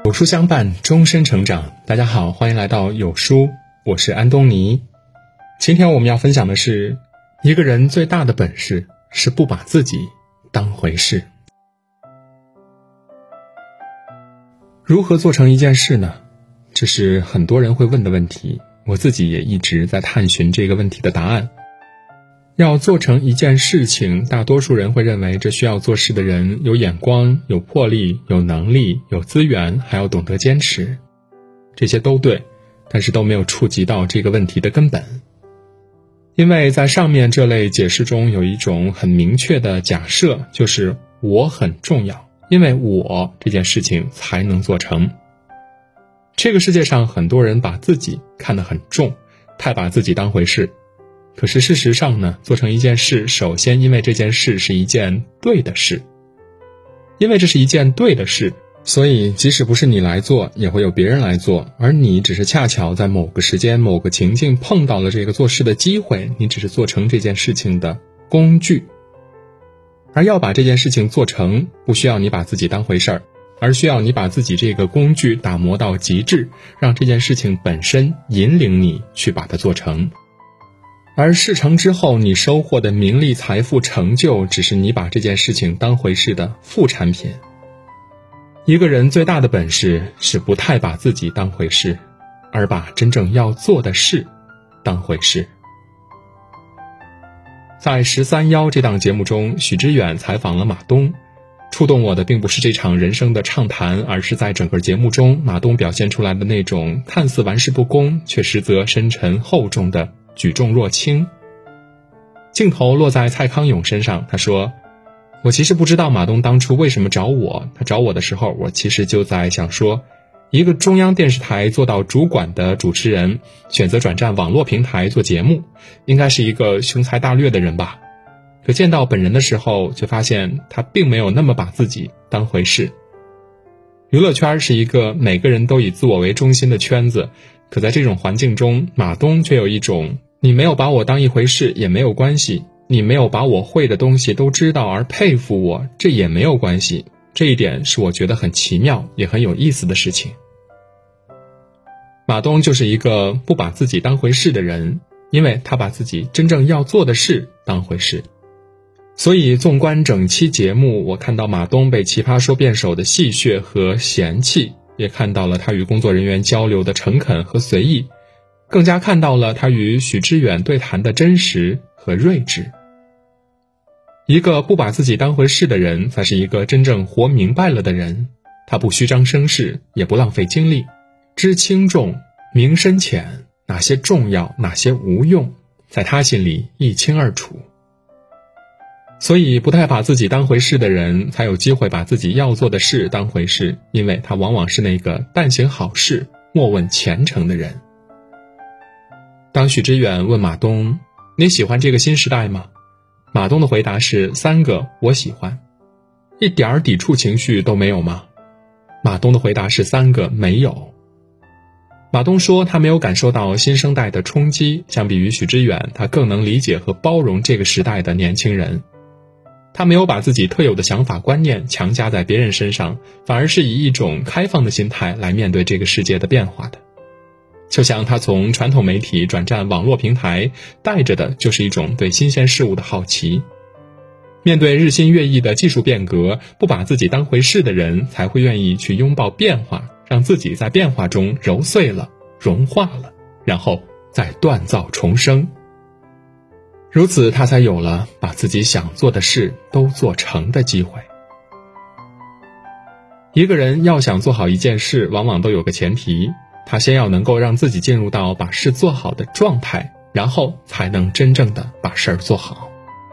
有书相伴，终身成长。大家好，欢迎来到有书，我是安东尼。今天我们要分享的是，一个人最大的本事是不把自己当回事。如何做成一件事呢？这是很多人会问的问题，我自己也一直在探寻这个问题的答案。要做成一件事情，大多数人会认为这需要做事的人有眼光、有魄力、有能力、有资源，还要懂得坚持。这些都对，但是都没有触及到这个问题的根本。因为在上面这类解释中有一种很明确的假设，就是我很重要，因为我这件事情才能做成。这个世界上很多人把自己看得很重，太把自己当回事。可是事实上呢，做成一件事，首先因为这件事是一件对的事。因为这是一件对的事，所以即使不是你来做，也会有别人来做，而你只是恰巧在某个时间、某个情境碰到了这个做事的机会，你只是做成这件事情的工具。而要把这件事情做成，不需要你把自己当回事儿，而需要你把自己这个工具打磨到极致，让这件事情本身引领你去把它做成。而事成之后，你收获的名利、财富、成就，只是你把这件事情当回事的副产品。一个人最大的本事是不太把自己当回事，而把真正要做的事当回事。在13邀这档节目中，许知远采访了马东。触动我的并不是这场人生的畅谈，而是在整个节目中，马东表现出来的那种看似玩世不恭，却实则深沉厚重的举重若轻。镜头落在蔡康永身上，他说，我其实不知道马东当初为什么找我，他找我的时候，我其实就在想说，一个中央电视台做到主管的主持人，选择转战网络平台做节目，应该是一个雄才大略的人吧。可见到本人的时候，却发现他并没有那么把自己当回事。娱乐圈是一个每个人都以自我为中心的圈子，可在这种环境中，马东却有一种你没有把我当一回事也没有关系，你没有把我会的东西都知道而佩服我，这也没有关系。这一点是我觉得很奇妙也很有意思的事情。马东就是一个不把自己当回事的人，因为他把自己真正要做的事当回事。所以纵观整期节目，我看到马东被奇葩说辩手的戏谑和嫌弃，也看到了他与工作人员交流的诚恳和随意，更加看到了他与许知远对谈的真实和睿智。一个不把自己当回事的人，才是一个真正活明白了的人。他不虚张声势，也不浪费精力，知轻重，明深浅，哪些重要，哪些无用，在他心里一清二楚。所以不太把自己当回事的人，才有机会把自己要做的事当回事，因为他往往是那个但行好事，莫问前程的人。当许知远问马东，你喜欢这个新时代吗？马东的回答是3个我喜欢。一点抵触情绪都没有吗？马东的回答是3个没有。马东说他没有感受到新生代的冲击，相比于许知远，他更能理解和包容这个时代的年轻人。他没有把自己特有的想法观念强加在别人身上，反而是以一种开放的心态来面对这个世界的变化的。就像他从传统媒体转战网络平台，带着的就是一种对新鲜事物的好奇。面对日新月异的技术变革，不把自己当回事的人，才会愿意去拥抱变化，让自己在变化中揉碎了，融化了，然后再锻造重生。如此他才有了把自己想做的事都做成的机会。一个人要想做好一件事，往往都有个前提，他先要能够让自己进入到把事做好的状态，然后才能真正的把事儿做好。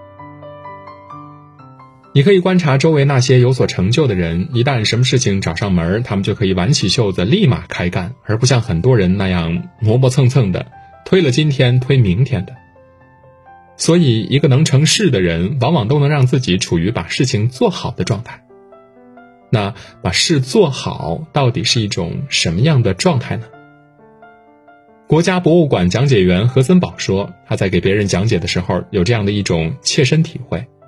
你可以观察周围那些有所成就的人，一旦什么事情找上门，他们就可以挽起袖子立马开干，而不像很多人那样磨磨蹭蹭的，推了今天推明天的。所以一个能成事的人，往往都能让自己处于把事情做好的状态。那把事做好到底是一种什么样的状态呢？国家博物馆讲解员何森宝说，他在给别人讲解的时候有这样的一种切身体会。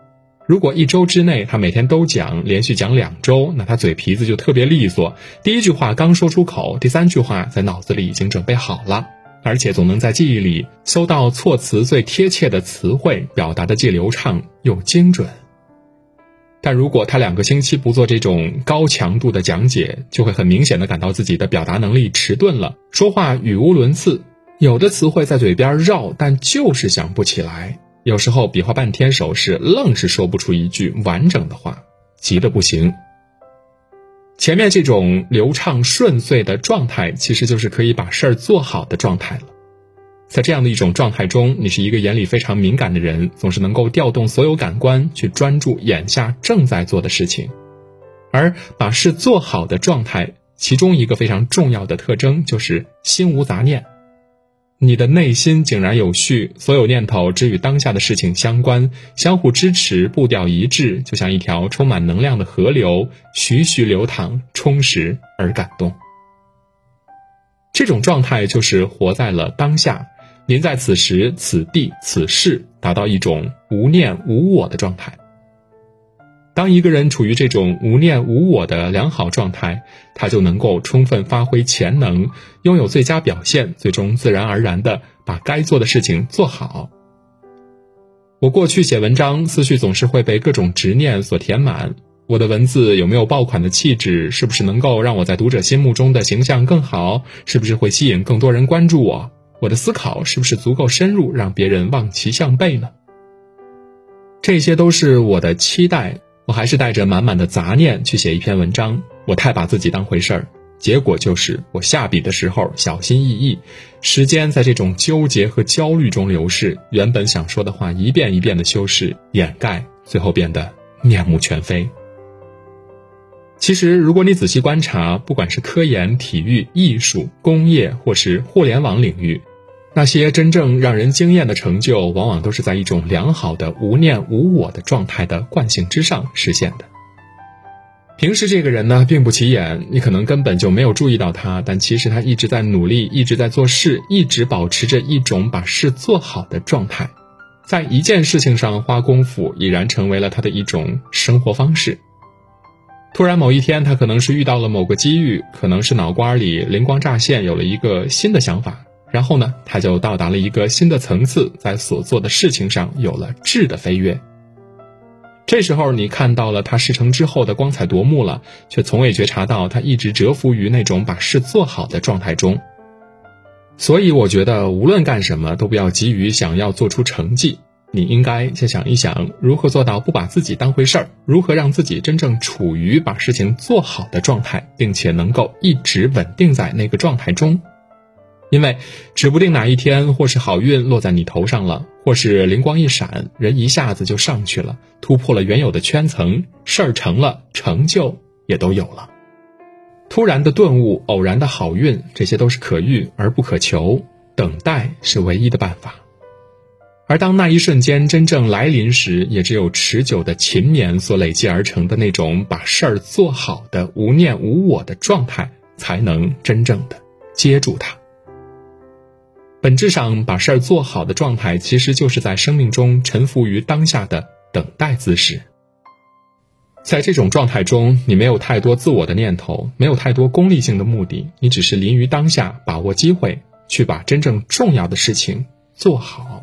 如果1周之内他每天都讲，连续讲2周，那他嘴皮子就特别利索，第1句话刚说出口，第3句话在脑子里已经准备好了，而且总能在记忆里搜到措辞最贴切的词汇，表达的既流畅又精准。但如果他2个星期不做这种高强度的讲解，就会很明显地感到自己的表达能力迟钝了，说话语无伦次，有的词汇在嘴边绕，但就是想不起来，有时候比划半天手势，愣是说不出一句完整的话，急得不行。前面这种流畅顺遂的状态，其实就是可以把事儿做好的状态了。在这样的一种状态中，你是一个眼里非常敏感的人，总是能够调动所有感官去专注眼下正在做的事情。而把事做好的状态，其中一个非常重要的特征就是心无杂念。你的内心井然有序，所有念头只与当下的事情相关，相互支持，步调一致，就像一条充满能量的河流，徐徐流淌，充实而感动。这种状态就是活在了当下，临在此时此地此事，达到一种无念无我的状态。当一个人处于这种无念无我的良好状态，他就能够充分发挥潜能，拥有最佳表现，最终自然而然地把该做的事情做好。我过去写文章，思绪总是会被各种执念所填满，我的文字有没有爆款的气质，是不是能够让我在读者心目中的形象更好，是不是会吸引更多人关注我，我的思考是不是足够深入，让别人望其项背呢？这些都是我的期待，我还是带着满满的杂念去写一篇文章，我太把自己当回事儿，结果就是我下笔的时候小心翼翼，时间在这种纠结和焦虑中流逝，原本想说的话一遍一遍的修饰掩盖，最后变得面目全非。其实如果你仔细观察，不管是科研、体育、艺术、工业或是互联网领域，那些真正让人惊艳的成就，往往都是在一种良好的无念无我的状态的惯性之上实现的。平时这个人呢并不起眼，你可能根本就没有注意到他，但其实他一直在努力，一直在做事，一直保持着一种把事做好的状态，在一件事情上花功夫，已然成为了他的一种生活方式。突然某一天，他可能是遇到了某个机遇，可能是脑瓜里灵光乍现，有了一个新的想法，然后呢，他就到达了一个新的层次，在所做的事情上有了质的飞跃。这时候你看到了他事成之后的光彩夺目了，却从未觉察到他一直蛰伏于那种把事做好的状态中。所以我觉得无论干什么都不要急于想要做出成绩，你应该先想一想如何做到不把自己当回事儿，如何让自己真正处于把事情做好的状态，并且能够一直稳定在那个状态中。因为指不定哪一天，或是好运落在你头上了，或是灵光一闪，人一下子就上去了，突破了原有的圈层，事儿成了，成就也都有了。突然的顿悟，偶然的好运，这些都是可遇而不可求，等待是唯一的办法。而当那一瞬间真正来临时，也只有持久的勤勉所累积而成的那种把事儿做好的无念无我的状态，才能真正的接住它。本质上，把事儿做好的状态，其实就是在生命中臣服于当下的等待姿势。在这种状态中，你没有太多自我的念头，没有太多功利性的目的，你只是临于当下，把握机会，去把真正重要的事情做好。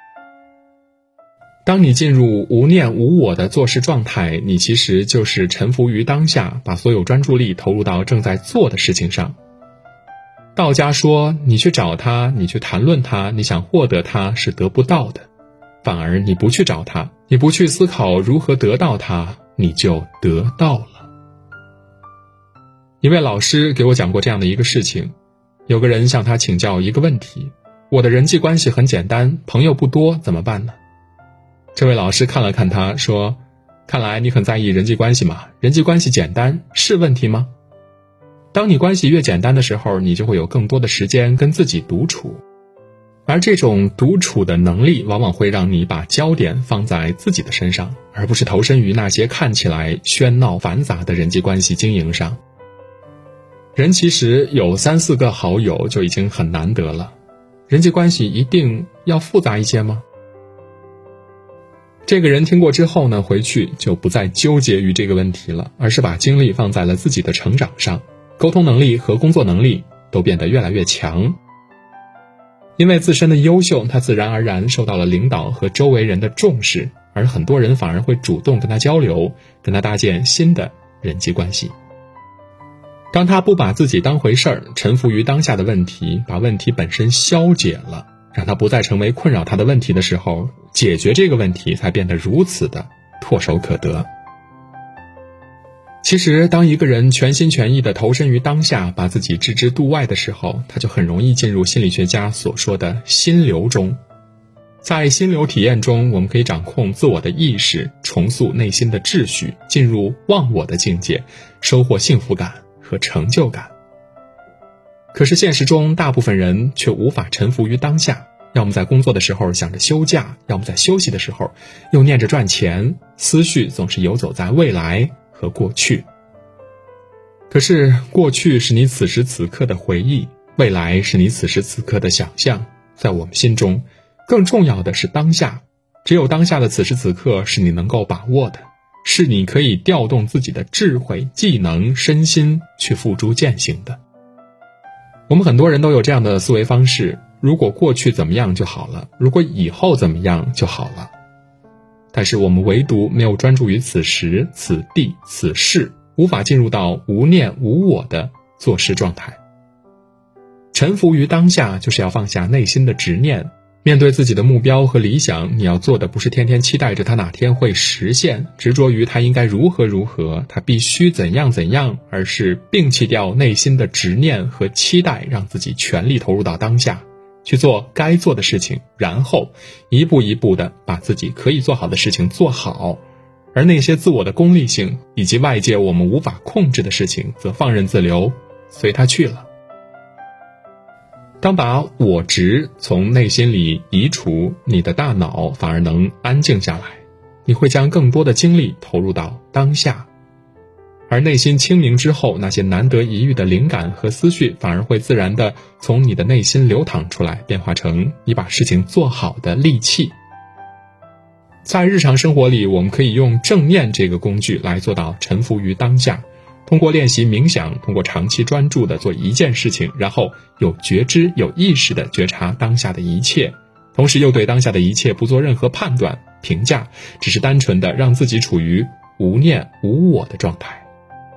当你进入无念无我的做事状态，你其实就是臣服于当下，把所有专注力投入到正在做的事情上。道家说，你去找他，你去谈论他，你想获得他是得不到的，反而你不去找他，你不去思考如何得到他，你就得到了。一位老师给我讲过这样的一个事情，有个人向他请教一个问题，我的人际关系很简单，朋友不多，怎么办呢？这位老师看了看他，说，看来你很在意人际关系嘛，人际关系简单，是问题吗？当你关系越简单的时候，你就会有更多的时间跟自己独处，而这种独处的能力往往会让你把焦点放在自己的身上，而不是投身于那些看起来喧闹繁杂的人际关系经营上。人其实有3-4个好友就已经很难得了，人际关系一定要复杂一些吗？ 这个人听过之后呢，回去就不再纠结于这个问题了，而是把精力放在了自己的成长上，沟通能力和工作能力都变得越来越强。因为自身的优秀，他自然而然受到了领导和周围人的重视，而很多人反而会主动跟他交流，跟他搭建新的人际关系。当他不把自己当回事儿，臣服于当下的问题，把问题本身消解了，让它不再成为困扰他的问题的时候，解决这个问题才变得如此的唾手可得。其实当一个人全心全意地投身于当下，把自己置之度外的时候，他就很容易进入心理学家所说的心流中。在心流体验中，我们可以掌控自我的意识，重塑内心的秩序，进入忘我的境界，收获幸福感和成就感。可是现实中，大部分人却无法臣服于当下，要么在工作的时候想着休假，要么在休息的时候又念着赚钱，思绪总是游走在未来和过去。可是过去是你此时此刻的回忆，未来是你此时此刻的想象，在我们心中，更重要的是当下。只有当下的此时此刻是你能够把握的，是你可以调动自己的智慧、技能、身心去付诸践行的。我们很多人都有这样的思维方式，如果过去怎么样就好了，如果以后怎么样就好了。但是我们唯独没有专注于此时、此地、此事，无法进入到无念无我的做事状态。臣服于当下，就是要放下内心的执念。面对自己的目标和理想，你要做的不是天天期待着它哪天会实现，执着于它应该如何如何，它必须怎样怎样，而是摒弃掉内心的执念和期待，让自己全力投入到当下，去做该做的事情，然后一步一步地把自己可以做好的事情做好，而那些自我的功利性以及外界我们无法控制的事情，则放任自流，随它去了。当把我执从内心里移除，你的大脑反而能安静下来，你会将更多的精力投入到当下，而内心清明之后，那些难得一遇的灵感和思绪反而会自然地从你的内心流淌出来，变化成你把事情做好的利器。在日常生活里，我们可以用正念这个工具来做到臣服于当下，通过练习冥想，通过长期专注地做一件事情，然后有觉知、有意识地觉察当下的一切，同时又对当下的一切不做任何判断、评价，只是单纯地让自己处于无念无我的状态。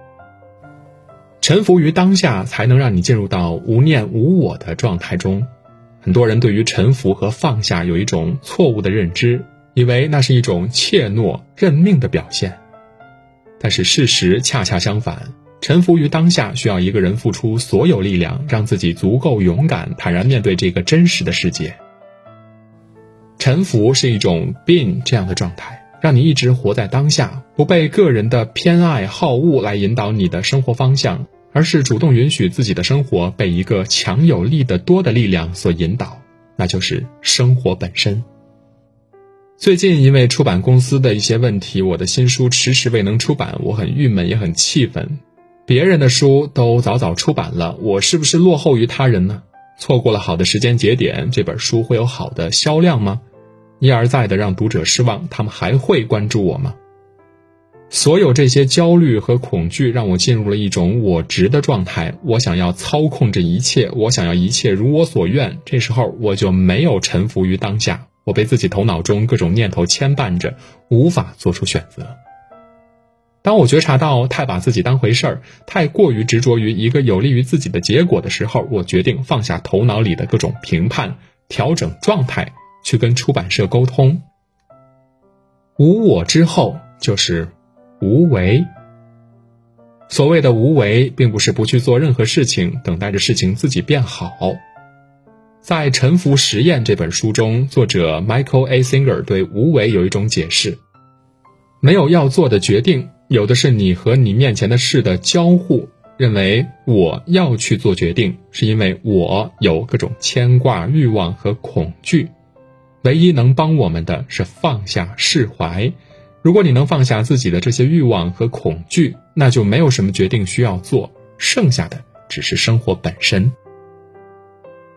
臣服于当下，才能让你进入到无念无我的状态中。很多人对于臣服和放下有一种错误的认知，以为那是一种怯懦、认命的表现。但是事实恰恰相反，臣服于当下需要一个人付出所有力量，让自己足够勇敢，坦然面对这个真实的世界。臣服是一种 being 这样的状态，让你一直活在当下，不被个人的偏爱好恶来引导你的生活方向，而是主动允许自己的生活被一个强有力的多的力量所引导，那就是生活本身。最近因为出版公司的一些问题，我的新书迟迟未能出版，我很郁闷也很气愤。别人的书都早早出版了，我是不是落后于他人呢？错过了好的时间节点，这本书会有好的销量吗？一而再的让读者失望，他们还会关注我吗？所有这些焦虑和恐惧让我进入了一种我执的状态，我想要操控这一切，我想要一切如我所愿，这时候我就没有臣服于当下，我被自己头脑中各种念头牵绊着，无法做出选择。当我觉察到太把自己当回事儿，太过于执着于一个有利于自己的结果的时候，我决定放下头脑里的各种评判，调整状态，去跟出版社沟通。无我之后就是无为。所谓的无为，并不是不去做任何事情，等待着事情自己变好。在《沉浮实验》这本书中，作者 Michael A. Singer 对无为有一种解释：没有要做的决定，有的是你和你面前的事的交互。认为我要去做决定，是因为我有各种牵挂、欲望和恐惧。唯一能帮我们的是放下、释怀。如果你能放下自己的这些欲望和恐惧，那就没有什么决定需要做，剩下的只是生活本身。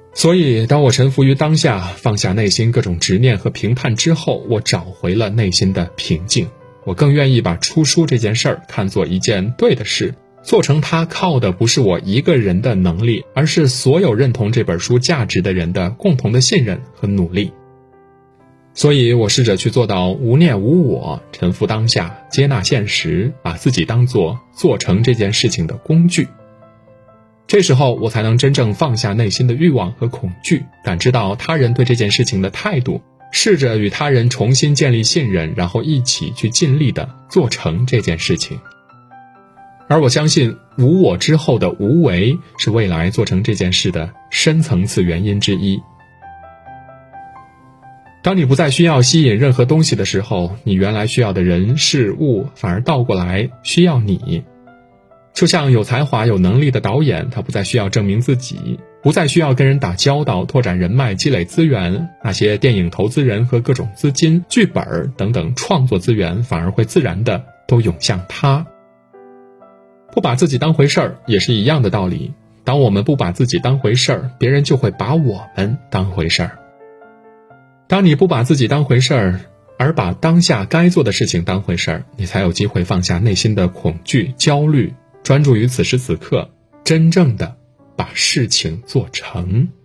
所以当我臣服于当下，放下内心各种执念和评判之后，我找回了内心的平静。我更愿意把出书这件事儿看作一件对的事，做成它靠的不是我一个人的能力，而是所有认同这本书价值的人的共同的信任和努力。所以我试着去做到无念无我，臣服当下，接纳现实，把自己当作做成这件事情的工具。这时候我才能真正放下内心的欲望和恐惧，感知到他人对这件事情的态度，试着与他人重新建立信任，然后一起去尽力的做成这件事情。而我相信无我之后的无为是未来做成这件事的深层次原因之一。当你不再需要吸引任何东西的时候，你原来需要的人事物反而倒过来需要你。就像有才华有能力的导演，他不再需要证明自己，不再需要跟人打交道，拓展人脉，积累资源，那些电影投资人和各种资金、剧本等等创作资源反而会自然的都涌向他。不把自己当回事儿也是一样的道理，当我们不把自己当回事儿，别人就会把我们当回事儿。当你不把自己当回事儿，而把当下该做的事情当回事儿，你才有机会放下内心的恐惧、焦虑，专注于此时此刻，真正的把事情做成。